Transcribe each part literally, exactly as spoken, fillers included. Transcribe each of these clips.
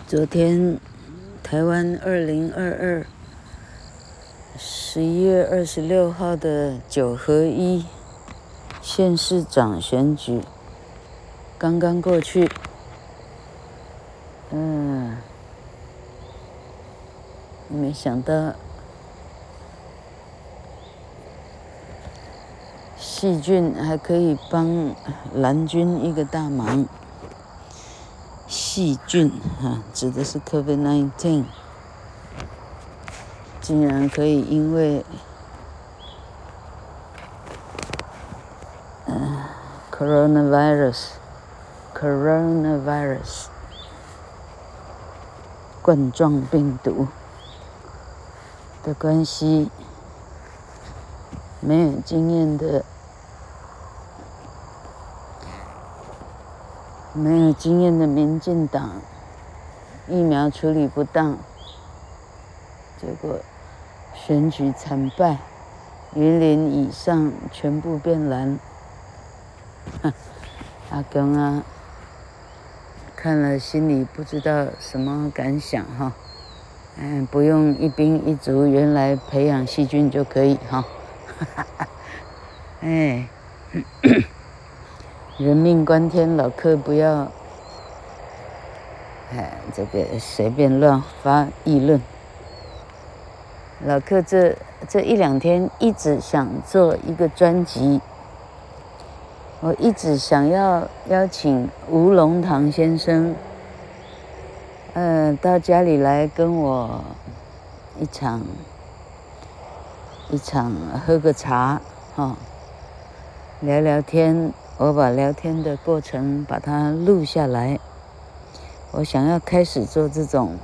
昨天台湾二零二二十一月二十六号的九合一县市长选举刚刚过去，嗯，没想到细菌还可以帮蓝军一个大忙。细菌啊，指的是 COVID 十九， 竟然可以因为呃 coronavirus coronavirus 冠状病毒的关系，没有经验的没有经验的民进党疫苗处理不当，结果选举惨败，云林以上全部变蓝。阿公啊，看了心里不知道什么感想哈。嗯，不用一兵一卒，原来培养细菌就可以哈。哎，人命关天，老客不要，哎，这个随便乱发议论。老客这这一两天一直想做一个专辑，我一直想要邀请吴龙堂先生，呃，到家里来跟我一场一场喝个茶，哈，聊聊天。我把聊天的过程把它录下来。我想要开始做这种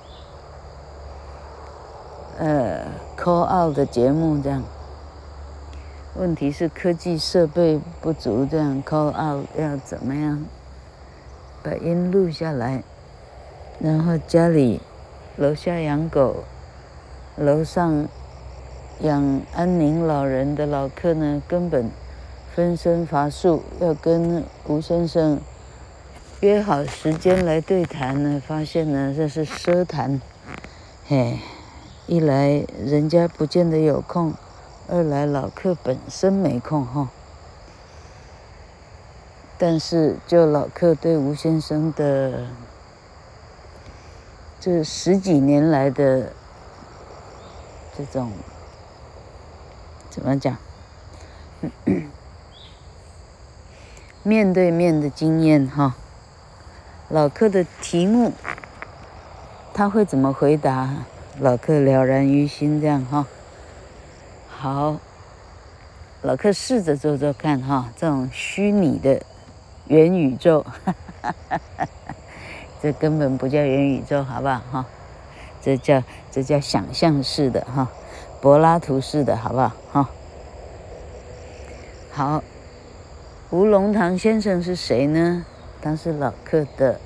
呃 call out 的节目，这样。问题是科技设备不足，这样 call out 要怎么样把音录下来？然后家里楼下养狗，楼上养安宁老人的老客呢，根本分身乏术，要跟吴先生约好时间来对谈呢，发现呢这是奢谈。嘿，一来人家不见得有空，二来老客本身没空哈。但是就老客对吴先生的这十几年来的这种怎么讲，面对面的经验哈，老客的题目他会怎么回答，老客了然于心，这样哈。好，老客试着做做看哈，这种虚拟的元宇宙，这根本不叫元宇宙，好不好哈？这叫这叫想象式的哈，柏拉图式的，好不好哈？好，吴龙堂先生是谁呢？他是老客的，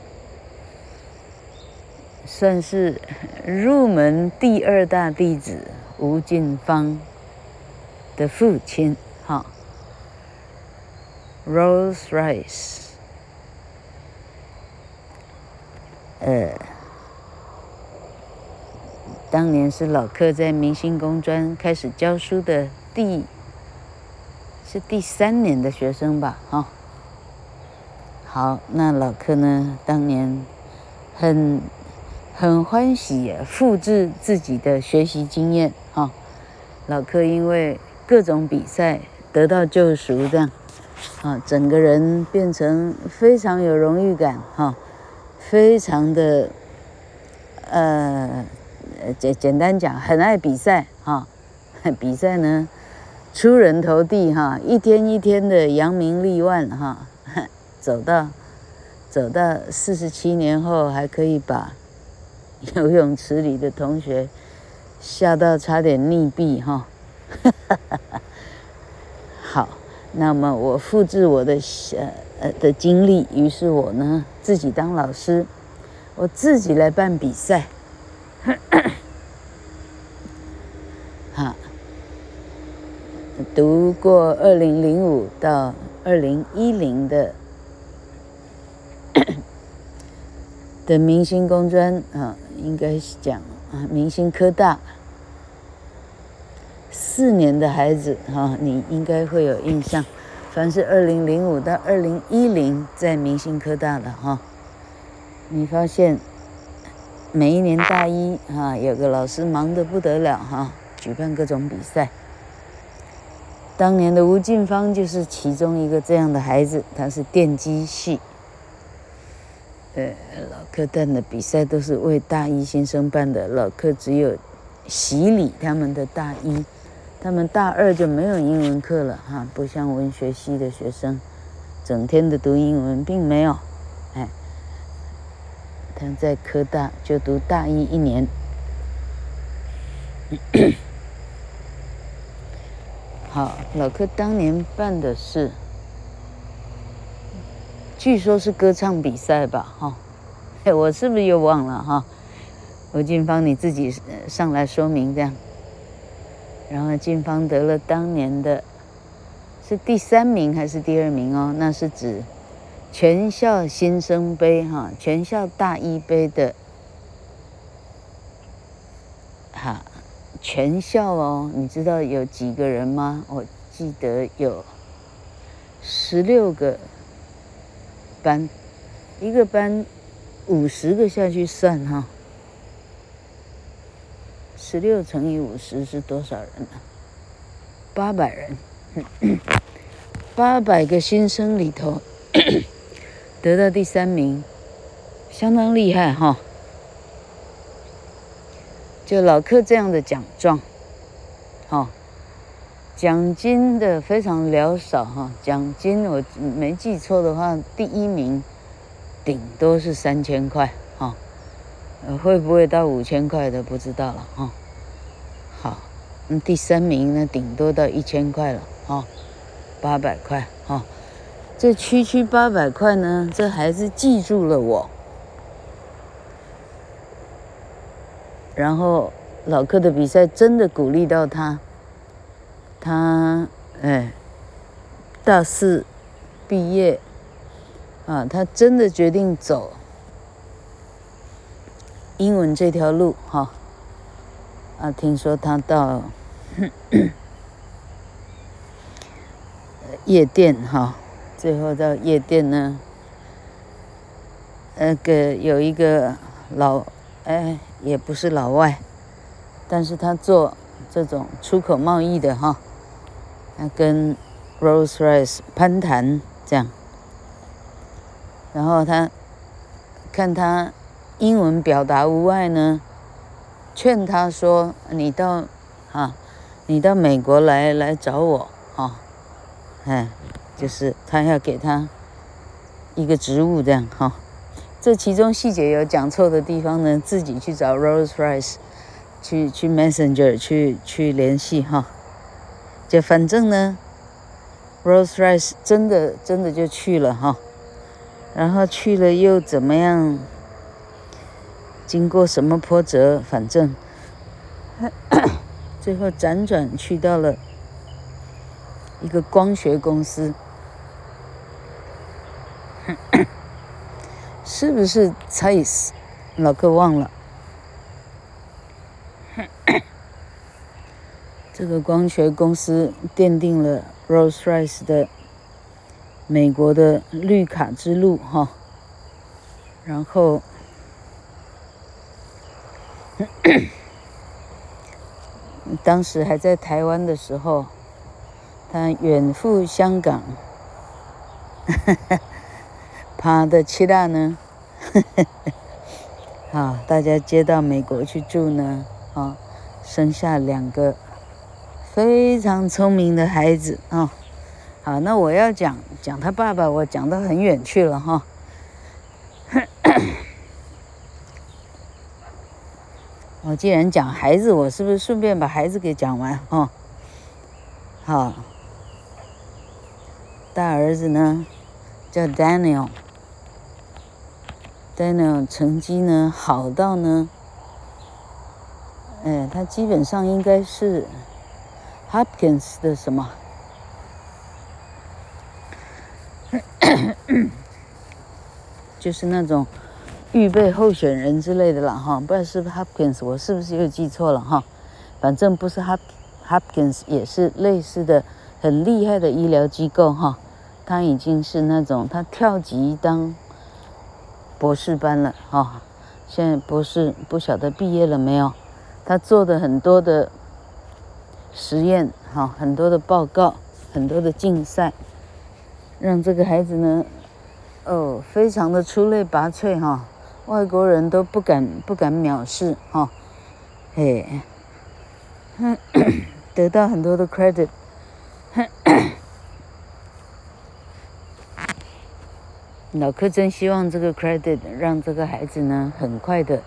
算是入门第二大弟子吴进芳的父亲哈 ，Rolls Royce， 呃，当年是老客在明星工专开始教书的第是第三年的学生吧，哈。好，那老客呢，当年很很欢喜复制自己的学习经验，哈。老客因为各种比赛得到救赎，这样，啊，整个人变成非常有荣誉感，哈，非常的，呃，简简单讲，很爱比赛，哈，比赛呢。出人头地哈，一天一天的扬名立万哈，走到走到四十七年后，还可以把游泳池里的同学吓到差点溺毙哈。好，那么我复制我的呃呃的经历，于是我呢自己当老师，我自己来办比赛。好。读过二零零五到二零一零的的明星工专啊，应该是讲啊明星科大四年的孩子哈，你应该会有印象。凡是二零零五到二零一零在明星科大的哈，你发现每一年大一哈，有个老师忙得不得了哈，举办各种比赛。当年的吴进芳就是其中一个这样的孩子，他是电机系。呃，老科蛋的比赛都是为大一新生办的，老科只有洗礼他们的大一，他们大二就没有英文课了哈，不像文学系的学生，整天的读英文，并没有，哎，他在科大就读大一一年。好，老科当年办的是，据说是歌唱比赛吧，哈、哦，我是不是又忘了哈？吴进芳你自己上来说明这样。然后进芳得了当年的，是第三名还是第二名哦？那是指全校新生杯哈，全校大一杯的，哈。全校哦，你知道有几个人吗？我记得有十六个班，一个班五十个下去算哈，十六乘以五十是多少人啊？八百人，八百个新生里头得到第三名，相当厉害哈。就老科这样的奖状，哦，奖金的非常寥少哈。奖金我没记错的话，第一名顶多是三千块哈，呃，会不会到五千块的不知道了哈。好，嗯，第三名呢顶多到一千块了哈，八百块哈。这区区八百块呢，这孩子记住了我。然后老科的比赛真的鼓励到他，他哎，大四毕业啊，他真的决定走英文这条路哈。啊，听说他到夜店哈，最后到夜店呢，那个有一个老哎。也不是老外，但是他做这种出口贸易的哈，他跟 Rolls-Royce 攀谈这样，然后他看他英文表达无碍呢，劝他说：“你到啊，你到美国来来找我哈，哎，就是他要给他一个职务这样哈。”这其中细节有讲错的地方呢，自己去找 Rolls-Royce， 去去 Messenger 去去联系哈。就反正呢 ，Rolls-Royce 真的真的就去了哈，然后去了又怎么样？经过什么波折，反正最后辗转去到了一个光学公司。是不是 Zeiss？ 老科忘了。这个光学公司奠定了 Rolls-Royce 的美国的绿卡之路哈。然后，当时还在台湾的时候，他远赴香港。爬的七大呢，好，大家接到美国去住呢，啊，生下两个非常聪明的孩子啊。好，那我要讲讲他爸爸，我讲到很远去了哈。我既然讲孩子，我是不是顺便把孩子给讲完哈？好，大儿子呢叫 Daniel。Daniel 成绩呢好到呢，哎，他基本上应该是 Hopkins 的什么，就是那种预备候选人之类的啦哈，不知道是不是 Hopkins， 我是不是又记错了哈？反正不是 Hop Hopkins， 也是类似的很厉害的医疗机构哈。他已经是那种他跳级当博士班了哈，现在博士不晓得毕业了没有？他做的很多的实验哈，很多的报告，很多的竞赛，让这个孩子呢，哦，非常的出类拔萃哈。外国人都不敢不敢藐视哈，嘿，得到很多的 credit， 老柯真希望这个 credit 让这个孩子呢很快的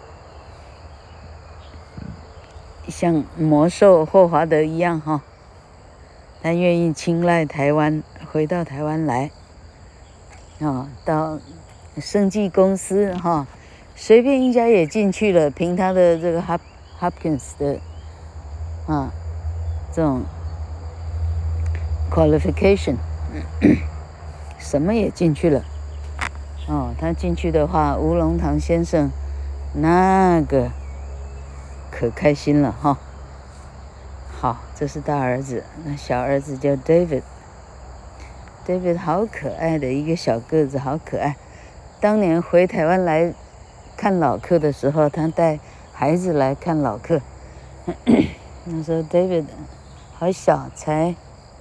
像魔兽霍华德一样哈，他愿意青睐台湾，回到台湾来，哦，到生技公司哈。随便一家也进去了，凭他的这个 Hop Hopkins 的啊这种 qualification， 什么也进去了。哦，他进去的话，吴龙堂先生那个可开心了哈。好，这是大儿子，那小儿子叫 David。David 好可爱的一个小个子，好可爱。当年回台湾来看老客的时候，他带孩子来看老客。那时候 David 好小，才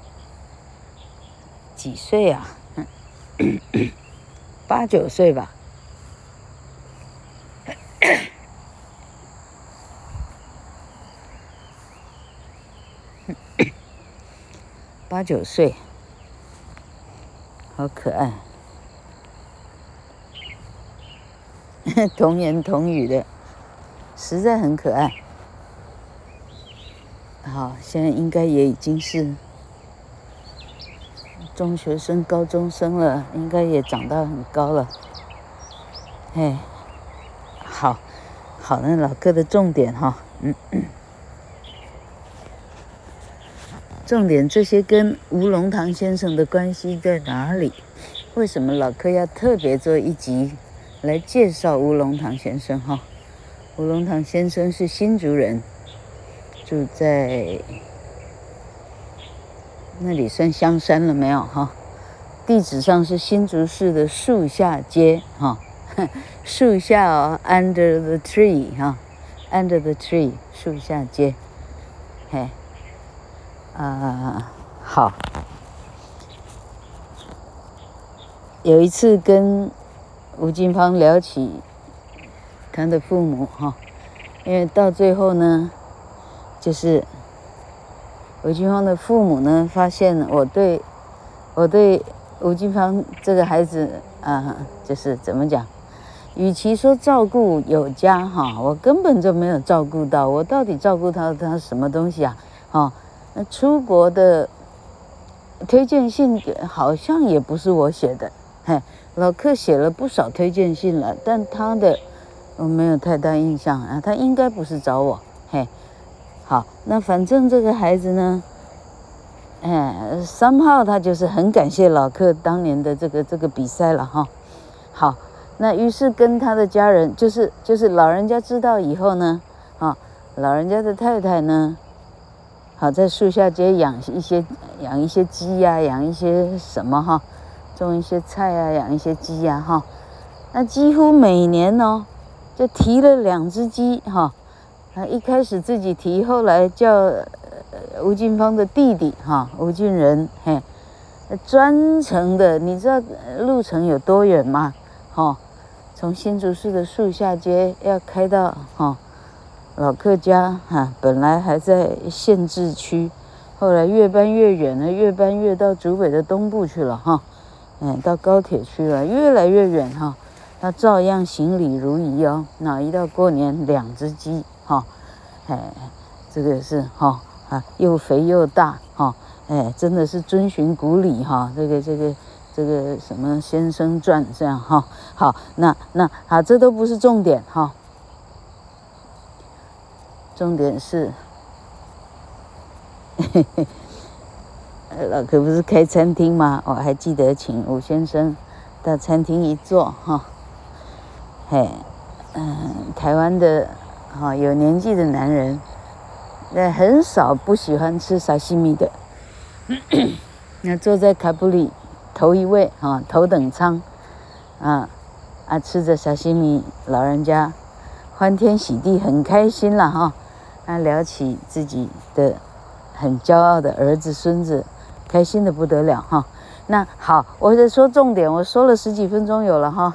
几岁啊？八九岁吧。八九岁，好可爱。童言童语的，实在很可爱。好，现在应该也已经是中学生、高中生了，应该也长到很高了。嘿，好，好，那老客的重点哈，嗯嗯，重点这些跟吴龙堂先生的关系在哪里？为什么老客要特别做一集来介绍吴龙堂先生哈？吴龙堂先生是新竹人，住在那里算香山了没有哈？地址上是新竹市的树下街哈，树下哦 ，under the tree 哈 ，under the tree 树下街，嘿，啊、呃，好，有一次跟吴金芳聊起他的父母哈，因为到最后呢，就是吴金芳的父母呢，发现我对我对吴金芳这个孩子啊、呃，就是怎么讲，与其说照顾有加哈，我根本就没有照顾到，我到底照顾他他什么东西啊？哦，那出国的推荐信好像也不是我写的，嘿。老客写了不少推荐信了，但他的我没有太大印象啊，他应该不是找我，嘿，好，那反正这个孩子呢，哎 ，somehow 他就是很感谢老客当年的这个这个比赛了哈，好，那于是跟他的家人，就是就是老人家知道以后呢，啊，老人家的太太呢，好在树下街养一些养一些鸡呀、啊，养一些什么哈。种一些菜啊，养一些鸡啊，哈，那几乎每年哦，就提了两只鸡哈，啊，一开始自己提，后来叫、呃、吴金芳的弟弟哈，吴俊仁，嘿，专程的，你知道路程有多远吗？哈，从新竹市的树下街要开到哈老客家哈，本来还在县治区，后来越搬越远了，越搬越到竹北的东部去了哈。哎，到高铁去了，越来越远哈，他照样行礼如仪哦。那一到过年，两只鸡哈，哎，这个是哈啊，又肥又大哈，哎，真的是遵循古礼哈。这个这个这个什么先生传这样哈。好，那那好，这都不是重点哈，重点是，嘿嘿。老客不是开餐厅吗？我还记得请吴先生到餐厅一坐哈，嘿， 嗯，台湾的哈、哦、有年纪的男人，那很少不喜欢吃沙西米的。那坐在卡布里头一位啊、哦，头等舱啊啊，吃着沙西米，老人家欢天喜地，很开心了哈、哦。啊，聊起自己的很骄傲的儿子孙子，开心的不得了哈、哦。那好，我在说重点，我说了十几分钟有了哈。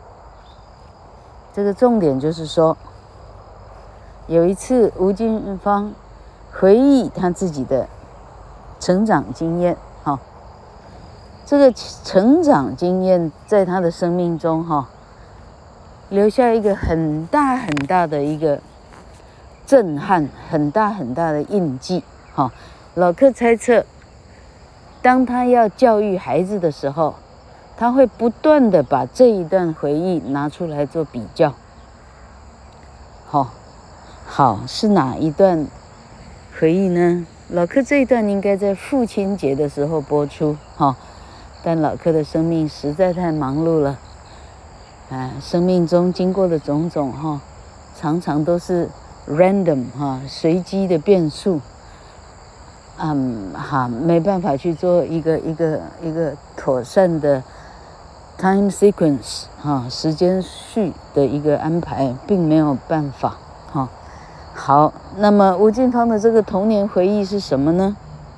这个重点就是说，有一次吴金芳回忆他自己的成长经验，哈、哦，这个成长经验在他的生命中，哈、哦，留下一个很大很大的一个震撼，很大很大的印记，哈、哦。老克猜测，当他要教育孩子的时候，他会不断的把这一段回忆拿出来做比较。好、哦，好，是哪一段回忆呢？老克这一段应该在父亲节的时候播出，哈、哦，但老克的生命实在太忙碌了，啊，生命中经过的种种，哈、哦，常常都是 random 哈、哦，随机的变数。嗯，哈，没办法去做一个一个一个妥善的 time sequence 哈，时间序的一个安排，并没有办法哈。好，那么吴金芳的这个童年回忆是什么呢？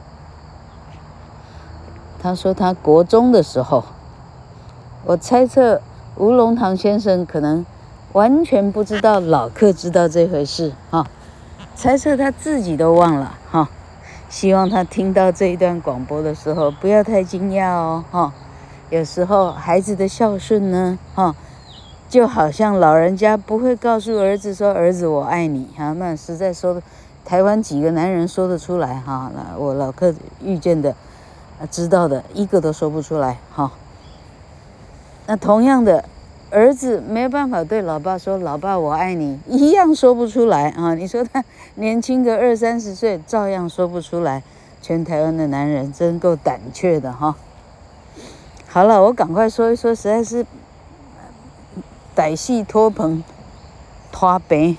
他说他国中的时候，我猜测吴龙堂先生可能完全不知道老克知道这回事哈，猜测他自己都忘了哈。希望他听到这一段广播的时候，不要太惊讶哦，哈。有时候孩子的孝顺呢，哈，就好像老人家不会告诉儿子说：“儿子，我爱你。”哈，那实在说的，台湾几个男人说得出来哈？那我老克遇见的、知道的一个都说不出来哈。那同样的，儿子没有办法对老爸说：“老爸，我爱你”，一样说不出来啊！你说他年轻个二三十岁，照样说不出来。全台湾的男人真够胆怯的哈！好了，我赶快说一说，实在是歹戏拖棚拖白。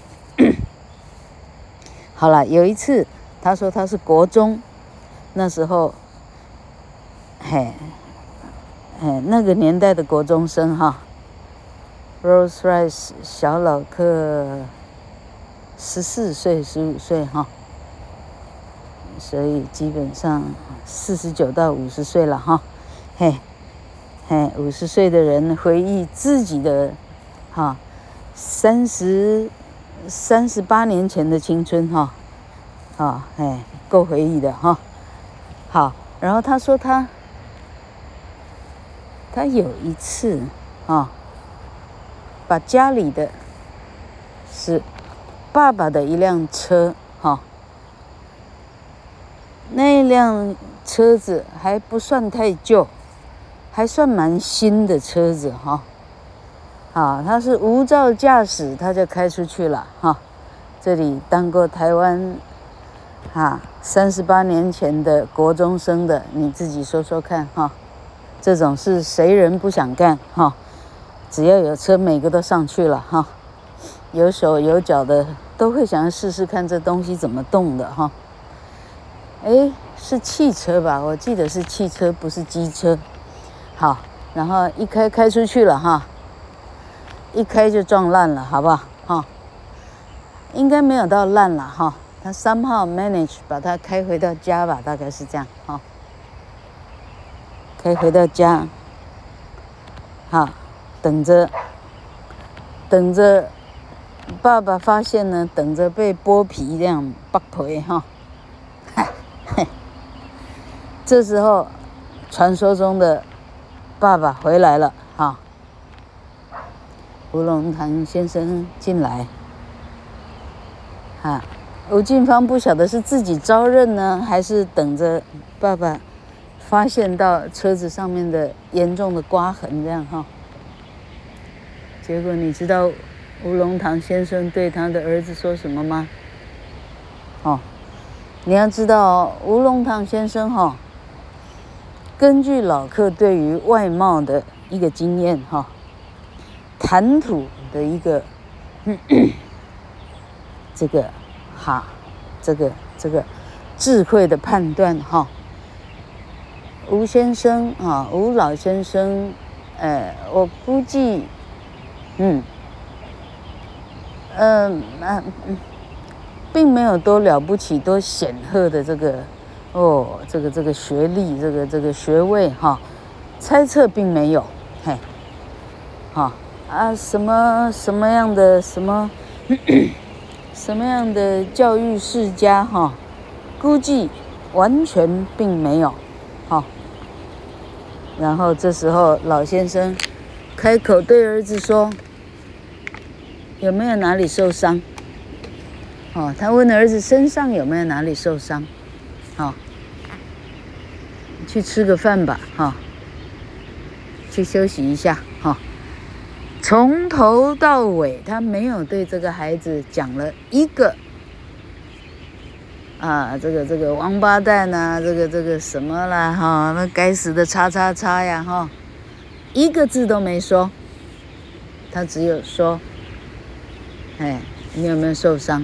好了，有一次他说他是国中，那时候，嘿，嘿，那个年代的国中生哈。Rose Rice 小老克十四岁、十五岁哈，所以基本上四十九到五十岁了哈，嘿，嘿，五十岁的人回忆自己的哈三十三十八年前的青春哈，啊，嘿，够回忆的哈。好，然后他说他他有一次啊。把家里的是爸爸的一辆车哈，那辆车子还不算太旧，还算蛮新的车子哈，啊，他是无照驾驶，他就开出去了哈。这里当过台湾啊三十八年前的国中生的，你自己说说看哈，这种事谁人不想干哈？只要有车，每个都上去了哈，有手有脚的都会想要试试看这东西怎么动的哈。哎，是汽车吧？我记得是汽车，不是机车。好，然后一开开出去了哈，一开就撞烂了，好不好？哈，应该没有到烂了哈。他somehow manage把它开回到家吧，大概是这样哈。开回到家，好。等着，等着，爸爸发现呢，等着被剥皮这样剥皮哈，这时候，传说中的爸爸回来了哈，吴龙堂先生进来，哈，吴金芳不晓得是自己招认呢，还是等着爸爸发现到车子上面的严重的刮痕这样哈。结果你知道吴龙堂先生对他的儿子说什么吗？哦，你要知道哦，吴龙堂先生哈、哦，根据老克对于外貌的一个经验哈、哦，谈吐的一个这个哈，这个这个智慧的判断哈。吴先生啊，吴老先生，呃，我估计，嗯，嗯、呃、啊嗯，并没有多了不起、多显赫的这个哦，这个这个学历，这个这个学位哈，猜测并没有，嘿，哈啊，什么什么样的什么什么样的教育世家哈，估计完全并没有，哈。然后这时候老先生开口对儿子说：“有没有哪里受伤？”哦，他问儿子身上有没有哪里受伤？哦，去吃个饭吧，哈、哦，去休息一下，哈、哦。从头到尾，他没有对这个孩子讲了一个啊，这个这个王八蛋啊，这个这个什么啦，哈、哦，那该死的叉叉叉呀，哈、哦，一个字都没说，他只有说，哎，你有没有受伤？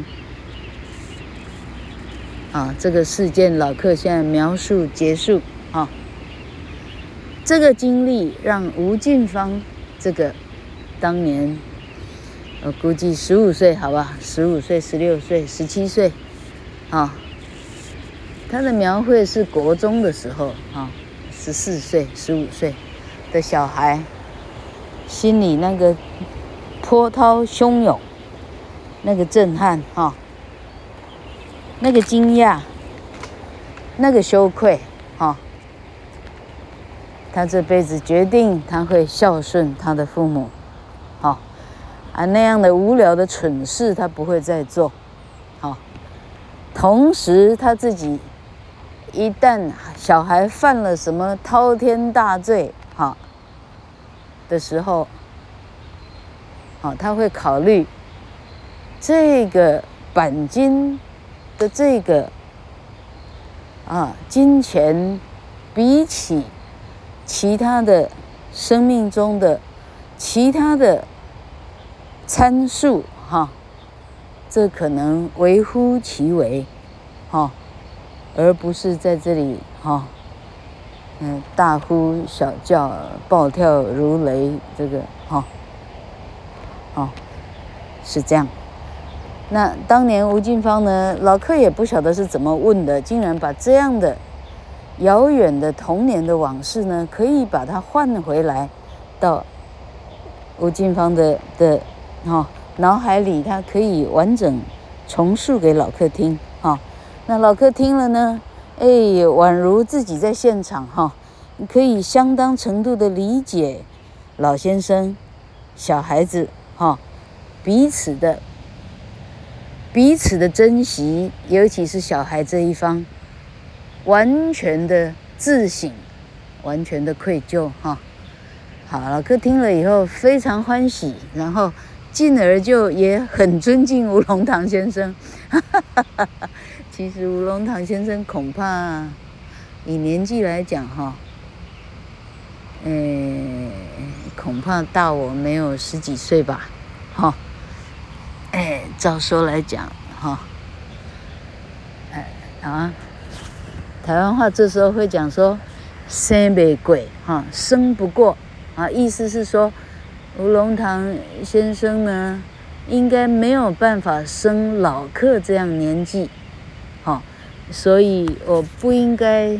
啊，这个事件老客现在描述结束啊。这个经历让吴进芳这个当年，我估计十五岁，好吧，十五岁、十六岁、十七岁，啊，他的描绘是国中的时候啊，十四岁、十五岁的小孩，心里那个波涛汹涌，那个震撼哈。那个惊讶，那个羞愧，哈、哦，他这辈子决定他会孝顺他的父母，好、哦，啊那样的无聊的蠢事他不会再做，好、哦，同时他自己一旦小孩犯了什么滔天大罪，哈、哦、的时候，好、哦，他会考虑这个钣金的这个啊，金钱比起其他的生命中的其他的参数哈，这可能微乎其微，哈，而不是在这里哈，嗯，大呼小叫、暴跳如雷，这个哈，哦，是这样。那当年吴进芳呢，老客也不晓得是怎么问的，竟然把这样的遥远的童年的往事呢，可以把它换回来，到吴进芳的的哈、哦、脑海里，他可以完整重述给老客听哈、哦。那老客听了呢，哎，宛如自己在现场哈、哦，可以相当程度的理解老先生、小孩子哈、哦、彼此的。彼此的珍惜，尤其是小孩这一方，完全的自省，完全的愧疚哈。好，老客听了以后非常欢喜，然后进而就也很尊敬吴龙堂先生。其实吴龙堂先生恐怕以年纪来讲哈，呃，恐怕大我没有十几岁吧，哈。哎，照说来讲，哈，哎啊，台湾话这时候会讲说“生不过”哈，生不过啊，意思是说吴龙堂先生呢，应该没有办法生老客这样年纪，哈，所以我不应该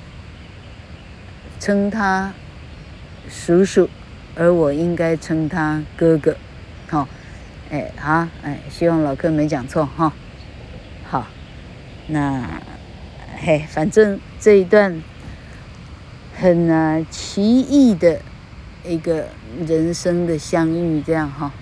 称他叔叔，而我应该称他哥哥，哈。哎，好，哎，希望老客没讲错哈。好，那嘿，反正这一段很啊奇异的一个人生的相遇，这样哈。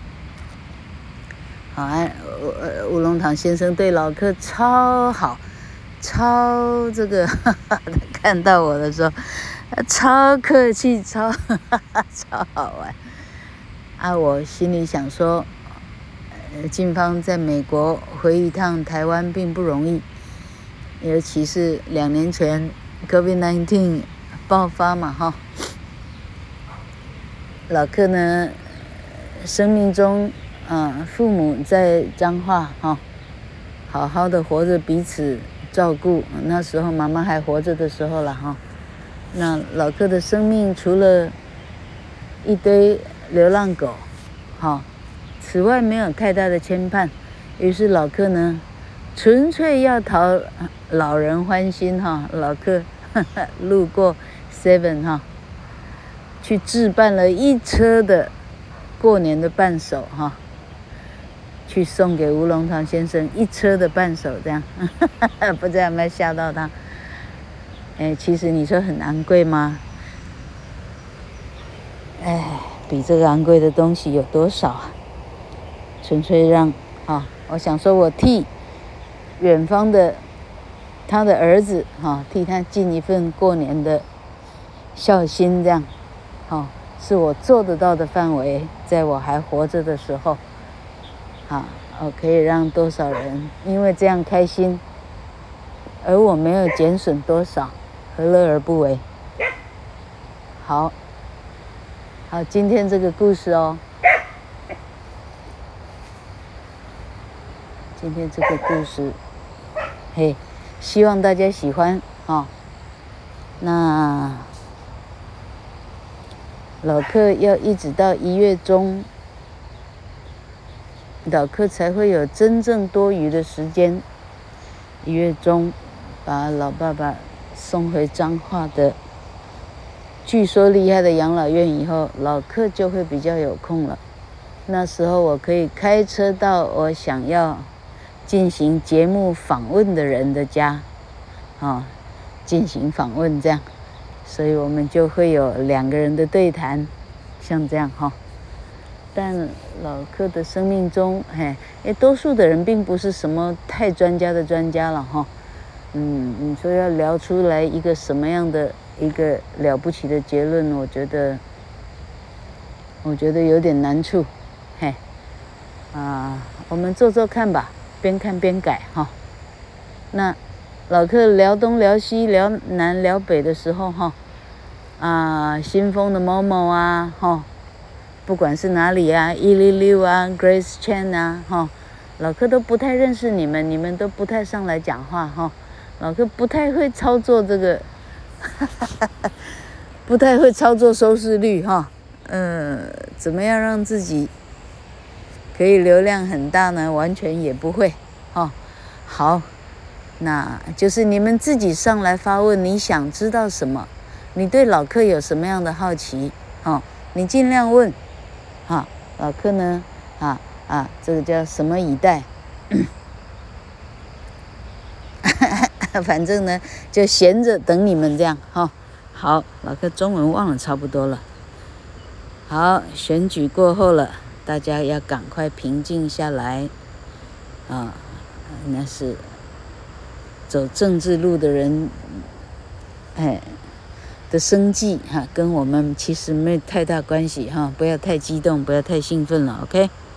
好，哎，吴吴龙堂先生对老客超好，超这个，哈哈，他看到我的时候，超客气，超哈哈超好玩。啊，我心里想说。进芳在美国回一趟台湾并不容易，尤其是两年前 COVID 十九 爆发嘛哈。老客呢，生命中嗯，父母在彰化哈、哦，好好的活着，彼此照顾。那时候妈妈还活着的时候了哈、哦。那老克的生命除了一堆流浪狗，哈、哦，此外没有太大的牵绊。于是老克呢，纯粹要讨老人欢心哈、哦。老克呵呵路过 Seven 哈、哦，去置办了一车的过年的伴手哈、哦，去送给吴龙堂先生一车的伴手，这样，不知道有没有吓到他？哎，其实你说很昂贵吗？哎，比这个昂贵的东西有多少啊？纯粹让啊、哦，我想说，我替远方的他的儿子哈、哦，替他尽一份过年的孝心，这样，哦，是我做得到的范围，在我还活着的时候，啊，我可以让多少人因为这样开心，而我没有减损多少。何乐而不为？好，好，今天这个故事哦，今天这个故事，嘿，希望大家喜欢哦。那老克要一直到一月中，老克才会有真正多余的时间。一月中，把老爸爸送回彰化的据说厉害的养老院以后，老克就会比较有空了。那时候我可以开车到我想要进行节目访问的人的家，啊、哦，进行访问这样，所以我们就会有两个人的对谈，像这样哈、哦。但老克的生命中，嘿，诶，多数的人并不是什么太专家的专家了哈、哦。嗯，你说要聊出来一个什么样的一个了不起的结论，我觉得，我觉得有点难处，嘿，啊，我们做做看吧，边看边改哈、哦。那老克聊东聊西聊南聊北的时候哈，啊，新丰的某某啊哈，不管是哪里啊，一零六啊 ，Grace Chen 啊哈，老克都不太认识你们，你们都不太上来讲话哈。老克不太会操作这个，不太会操作收视率哈，呃，怎么样让自己可以流量很大呢？完全也不会哈。好，那就是你们自己上来发问，你想知道什么？你对老克有什么样的好奇？哈，你尽量问，哈，老克呢，啊啊，这个叫什么以待？反正呢，就闲着等你们这样哈、哦。好，老克中文忘了差不多了。好，选举过后了，大家要赶快平静下来啊！那是走政治路的人，哎的生计哈、啊，跟我们其实没太大关系哈、啊，不要太激动，不要太兴奋了 ，OK。